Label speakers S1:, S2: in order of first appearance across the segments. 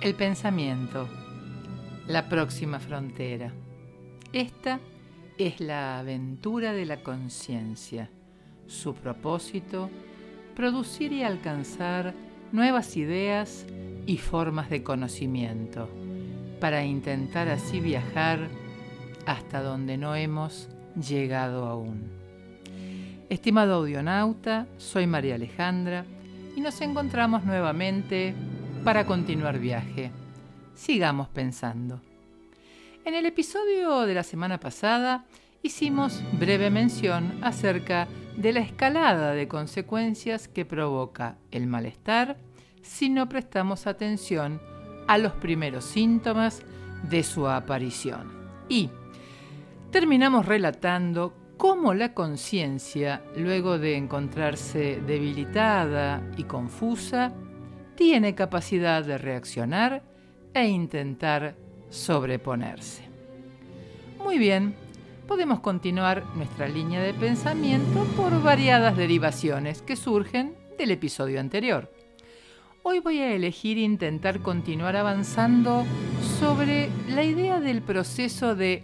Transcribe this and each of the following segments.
S1: El pensamiento, la próxima frontera. Esta es la aventura de la conciencia. Su propósito, producir y alcanzar nuevas ideas y formas de conocimiento, para intentar así viajar hasta donde no hemos llegado aún. Estimado audionauta, soy María Alejandra y nos encontramos nuevamente para continuar viaje. Sigamos pensando. En el episodio de la semana pasada hicimos breve mención acerca de la escalada de consecuencias que provoca el malestar si no prestamos atención a los primeros síntomas de su aparición. Y terminamos relatando cómo la conciencia, luego de encontrarse debilitada y confusa, tiene capacidad de reaccionar e intentar sobreponerse. Muy bien, podemos continuar nuestra línea de pensamiento por variadas derivaciones que surgen del episodio anterior. Hoy voy a elegir intentar continuar avanzando sobre la idea del proceso de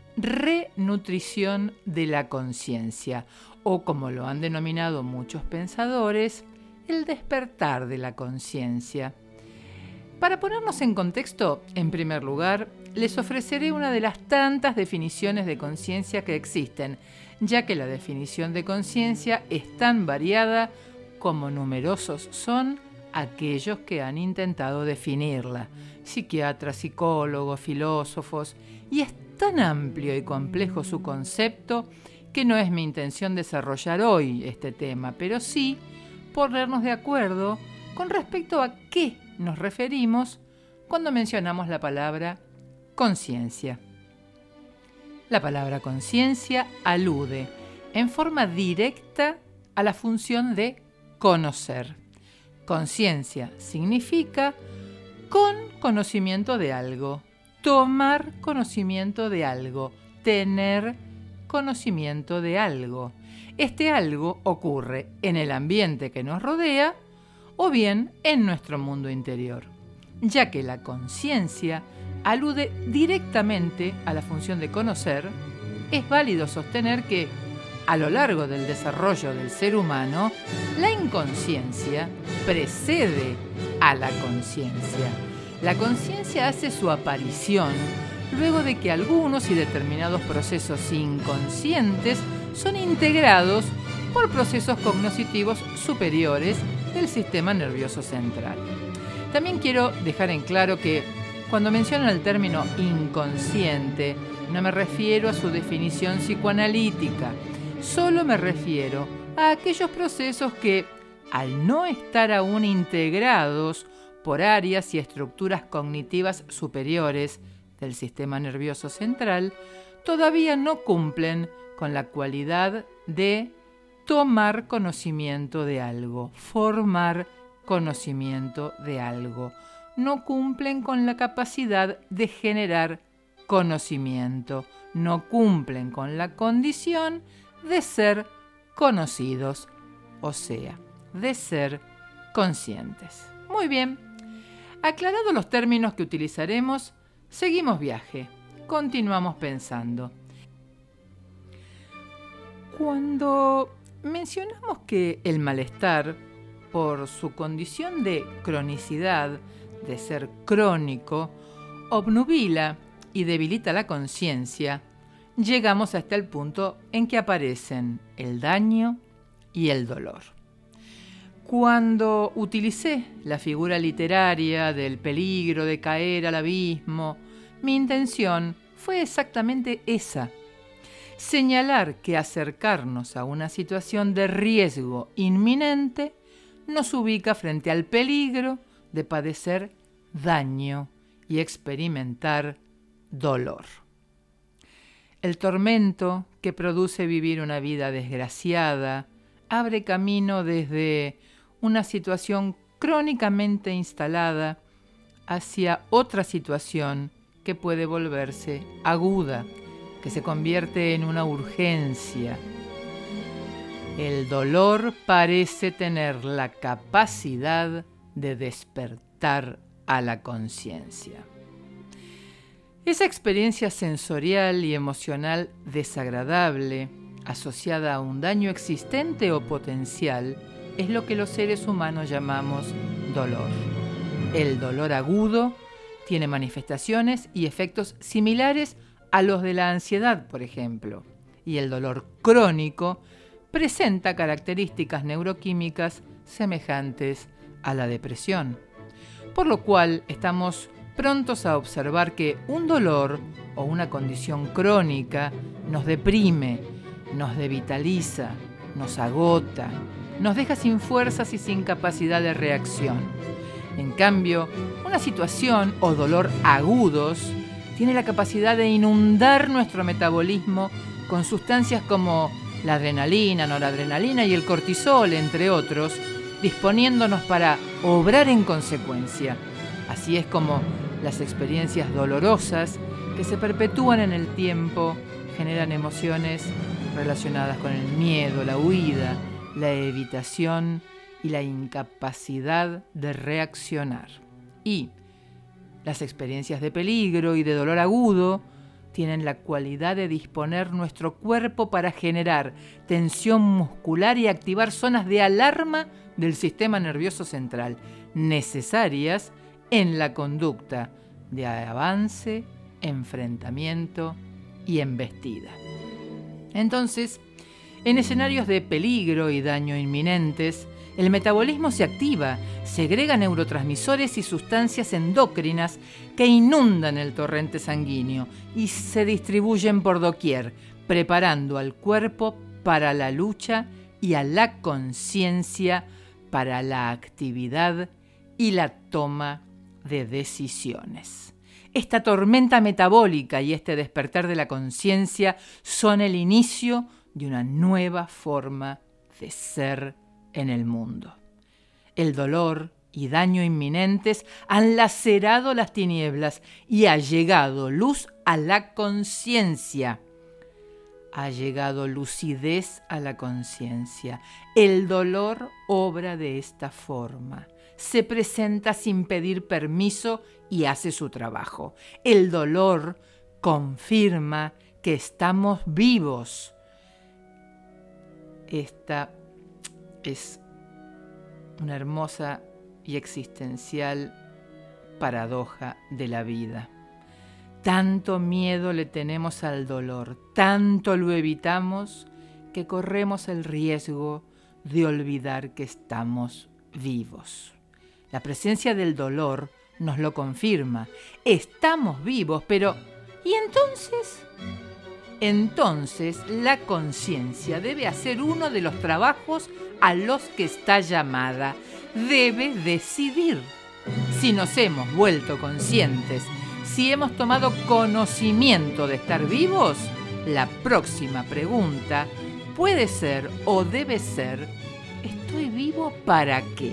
S1: renutrición de la conciencia, o como lo han denominado muchos pensadores, el despertar de la conciencia. Para ponernos en contexto, en primer lugar, les ofreceré una de las tantas definiciones de conciencia que existen, ya que la definición de conciencia es tan variada como numerosos son aquellos que han intentado definirla, psiquiatras, psicólogos, filósofos, y es tan amplio y complejo su concepto que no es mi intención desarrollar hoy este tema, pero sí ponernos de acuerdo con respecto a qué nos referimos cuando mencionamos la palabra conciencia. La palabra conciencia alude en forma directa a la función de conocer. Conciencia significa con conocimiento de algo, tomar conocimiento de algo, tener conocimiento de algo. Este algo ocurre en el ambiente que nos rodea o bien en nuestro mundo interior, ya que la conciencia alude directamente a la función de conocer. Es válido sostener que, a lo largo del desarrollo del ser humano, la inconsciencia precede a la conciencia. La conciencia hace su aparición luego de que algunos y determinados procesos inconscientes son integrados por procesos cognitivos superiores del sistema nervioso central. También quiero dejar en claro que cuando menciono el término inconsciente, no me refiero a su definición psicoanalítica, solo me refiero a aquellos procesos que, al no estar aún integrados por áreas y estructuras cognitivas superiores del sistema nervioso central, todavía no cumplen con la cualidad de tomar conocimiento de algo, formar conocimiento de algo. No cumplen con la capacidad de generar conocimiento, no cumplen con la condición de ser conocidos, o sea, de ser conscientes. Muy bien, aclarados los términos que utilizaremos, seguimos viaje, continuamos pensando. Cuando mencionamos que el malestar, por su condición de cronicidad, de ser crónico, obnubila y debilita la conciencia, llegamos hasta el punto en que aparecen el daño y el dolor. Cuando utilicé la figura literaria del peligro de caer al abismo, mi intención fue exactamente esa: señalar que acercarnos a una situación de riesgo inminente nos ubica frente al peligro de padecer daño y experimentar dolor. El tormento que produce vivir una vida desgraciada abre camino desde una situación crónicamente instalada hacia otra situación que puede volverse aguda, que se convierte en una urgencia. El dolor parece tener la capacidad de despertar a la conciencia. Esa experiencia sensorial y emocional desagradable, asociada a un daño existente o potencial, es lo que los seres humanos llamamos dolor. El dolor agudo tiene manifestaciones y efectos similares a los de la ansiedad, por ejemplo, y el dolor crónico presenta características neuroquímicas semejantes a la depresión, por lo cual estamos prontos a observar que un dolor o una condición crónica nos deprime, nos devitaliza, nos agota, nos deja sin fuerzas y sin capacidad de reacción. En cambio, una situación o dolor agudos tiene la capacidad de inundar nuestro metabolismo con sustancias como la adrenalina, noradrenalina y el cortisol, entre otros, disponiéndonos para obrar en consecuencia. Así es como las experiencias dolorosas que se perpetúan en el tiempo generan emociones relacionadas con el miedo, la huida, la evitación y la incapacidad de reaccionar. Y las experiencias de peligro y de dolor agudo tienen la cualidad de disponer nuestro cuerpo para generar tensión muscular y activar zonas de alarma del sistema nervioso central, necesarias en la conducta de avance, enfrentamiento y embestida. Entonces, en escenarios de peligro y daño inminentes, el metabolismo se activa, segrega neurotransmisores y sustancias endócrinas que inundan el torrente sanguíneo y se distribuyen por doquier, preparando al cuerpo para la lucha y a la conciencia para la actividad y la toma de decisiones. Esta tormenta metabólica y este despertar de la conciencia son el inicio de una nueva forma de ser en el mundo. El dolor y daño inminentes han lacerado las tinieblas y ha llegado luz a la conciencia. Ha llegado lucidez a la conciencia. El dolor obra de esta forma. Se presenta sin pedir permiso y hace su trabajo. El dolor confirma que estamos vivos. Esta es una hermosa y existencial paradoja de la vida. Tanto miedo le tenemos al dolor, tanto lo evitamos, que corremos el riesgo de olvidar que estamos vivos. La presencia del dolor nos lo confirma. Estamos vivos, pero ¿y entonces? Entonces, la conciencia debe hacer uno de los trabajos a los que está llamada. Debe decidir. Si nos hemos vuelto conscientes, si hemos tomado conocimiento de estar vivos, la próxima pregunta puede ser o debe ser: ¿estoy vivo para qué?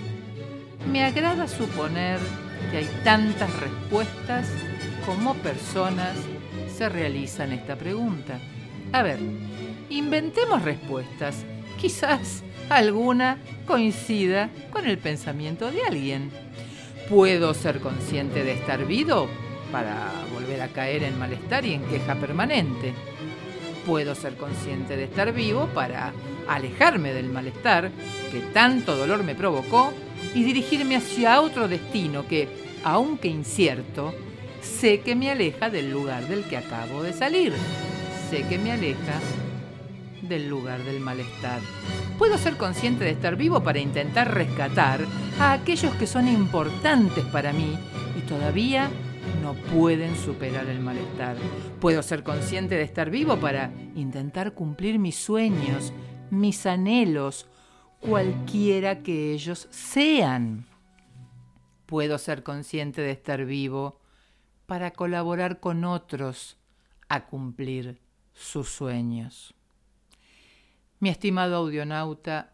S1: Me agrada suponer que hay tantas respuestas como personas se realizan esta pregunta. A ver, inventemos respuestas. Quizás alguna coincida con el pensamiento de alguien. ¿Puedo ser consciente de estar vivo para volver a caer en malestar y en queja permanente? ¿Puedo ser consciente de estar vivo para alejarme del malestar que tanto dolor me provocó y dirigirme hacia otro destino que, aunque incierto, sé que me aleja del lugar del que acabo de salir? Sé que me aleja del lugar del malestar. ¿Puedo ser consciente de estar vivo para intentar rescatar a aquellos que son importantes para mí y todavía no pueden superar el malestar? ¿Puedo ser consciente de estar vivo para intentar cumplir mis sueños, mis anhelos, cualquiera que ellos sean? ¿Puedo ser consciente de estar vivo para colaborar con otros a cumplir sus sueños? Mi estimado audionauta,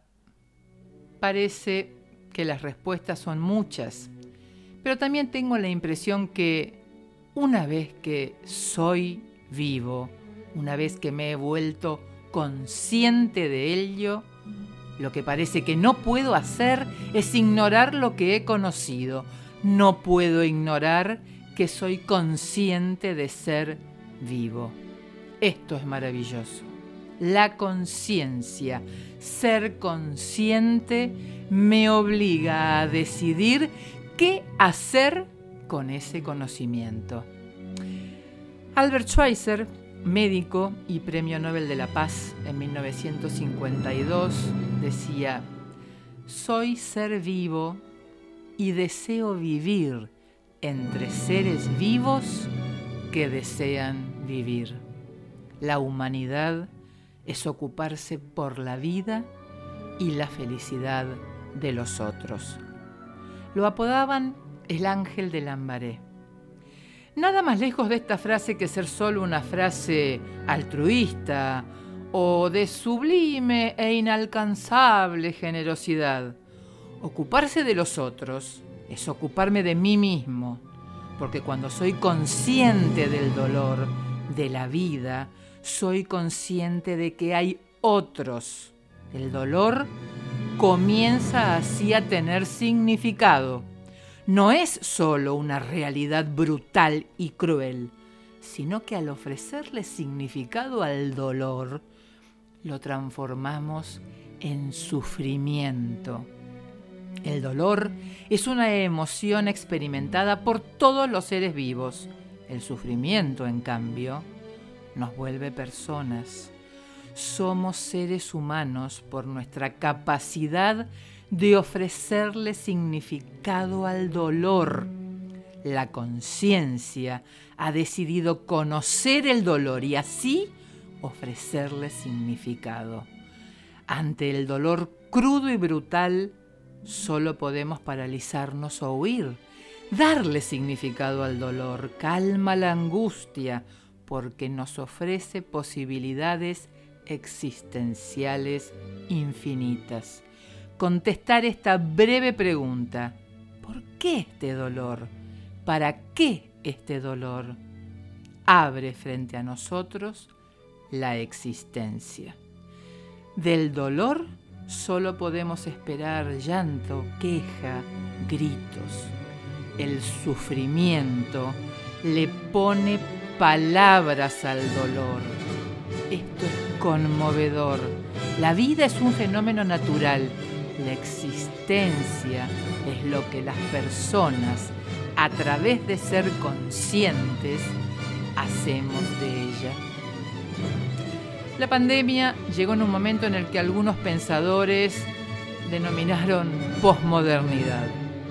S1: parece que las respuestas son muchas, pero también tengo la impresión que una vez que soy vivo, una vez que me he vuelto consciente de ello, lo que parece que no puedo hacer es ignorar lo que he conocido, no puedo ignorar que soy consciente de ser vivo. Esto es maravilloso. La conciencia, ser consciente, me obliga a decidir qué hacer con ese conocimiento. Albert Schweitzer, médico y Premio Nobel de la Paz en 1952, decía: soy ser vivo y deseo vivir entre seres vivos que desean vivir. La humanidad es ocuparse por la vida y la felicidad de los otros. Lo apodaban el ángel de Lambaré. Nada más lejos de esta frase que ser solo una frase altruista o de sublime e inalcanzable generosidad. Ocuparse de los otros es ocuparme de mí mismo, porque cuando soy consciente del dolor, de la vida, soy consciente de que hay otros. El dolor comienza así a tener significado. No es solo una realidad brutal y cruel, sino que al ofrecerle significado al dolor, lo transformamos en sufrimiento. El dolor es una emoción experimentada por todos los seres vivos. El sufrimiento, en cambio, nos vuelve personas. Somos seres humanos por nuestra capacidad de ofrecerle significado al dolor. La conciencia ha decidido conocer el dolor y así ofrecerle significado. Ante el dolor crudo y brutal, solo podemos paralizarnos o huir. Darle significado al dolor calma la angustia porque nos ofrece posibilidades existenciales infinitas. Contestar esta breve pregunta: ¿por qué este dolor? ¿Para qué este dolor? Abre frente a nosotros la existencia. Del dolor solo podemos esperar llanto, queja, gritos. El sufrimiento le pone palabras al dolor. Esto es conmovedor. La vida es un fenómeno natural. La existencia es lo que las personas, a través de ser conscientes, hacemos de ella. La pandemia llegó en un momento en el que algunos pensadores denominaron posmodernidad.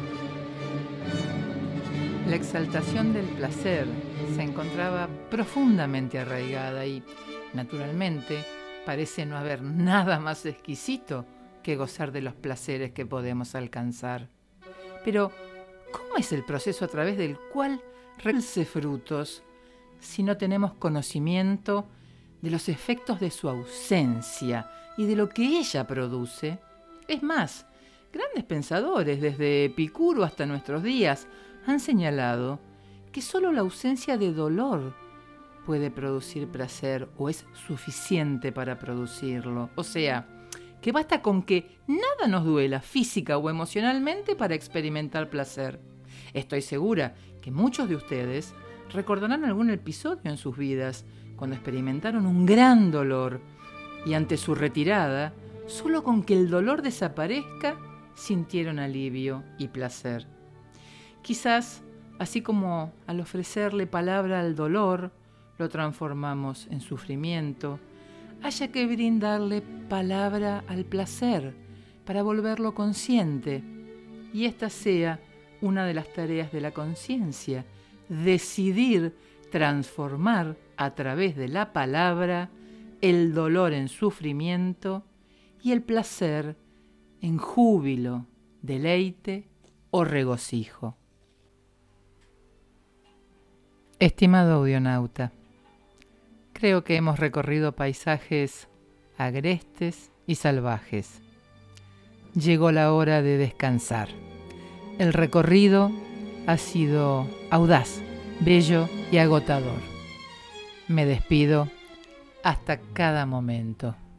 S1: La exaltación del placer se encontraba profundamente arraigada y, naturalmente, parece no haber nada más exquisito que gozar de los placeres que podemos alcanzar. Pero, ¿cómo es el proceso a través del cual realce frutos si no tenemos conocimiento de los efectos de su ausencia y de lo que ella produce? Es más, grandes pensadores, desde Epicuro hasta nuestros días, han señalado que solo la ausencia de dolor puede producir placer o es suficiente para producirlo. O sea, que basta con que nada nos duela física o emocionalmente para experimentar placer. Estoy segura que muchos de ustedes recordarán algún episodio en sus vidas cuando experimentaron un gran dolor y ante su retirada, solo con que el dolor desaparezca, sintieron alivio y placer. Quizás, así como al ofrecerle palabra al dolor, lo transformamos en sufrimiento, haya que brindarle palabra al placer para volverlo consciente. Y esta sea una de las tareas de la conciencia, decidir transformar a través de la palabra el dolor en sufrimiento y el placer en júbilo, deleite o regocijo. Estimado audionauta, creo que hemos recorrido paisajes agrestes y salvajes. Llegó la hora de descansar. El recorrido ha sido audaz, bello y agotador. Me despido hasta cada momento.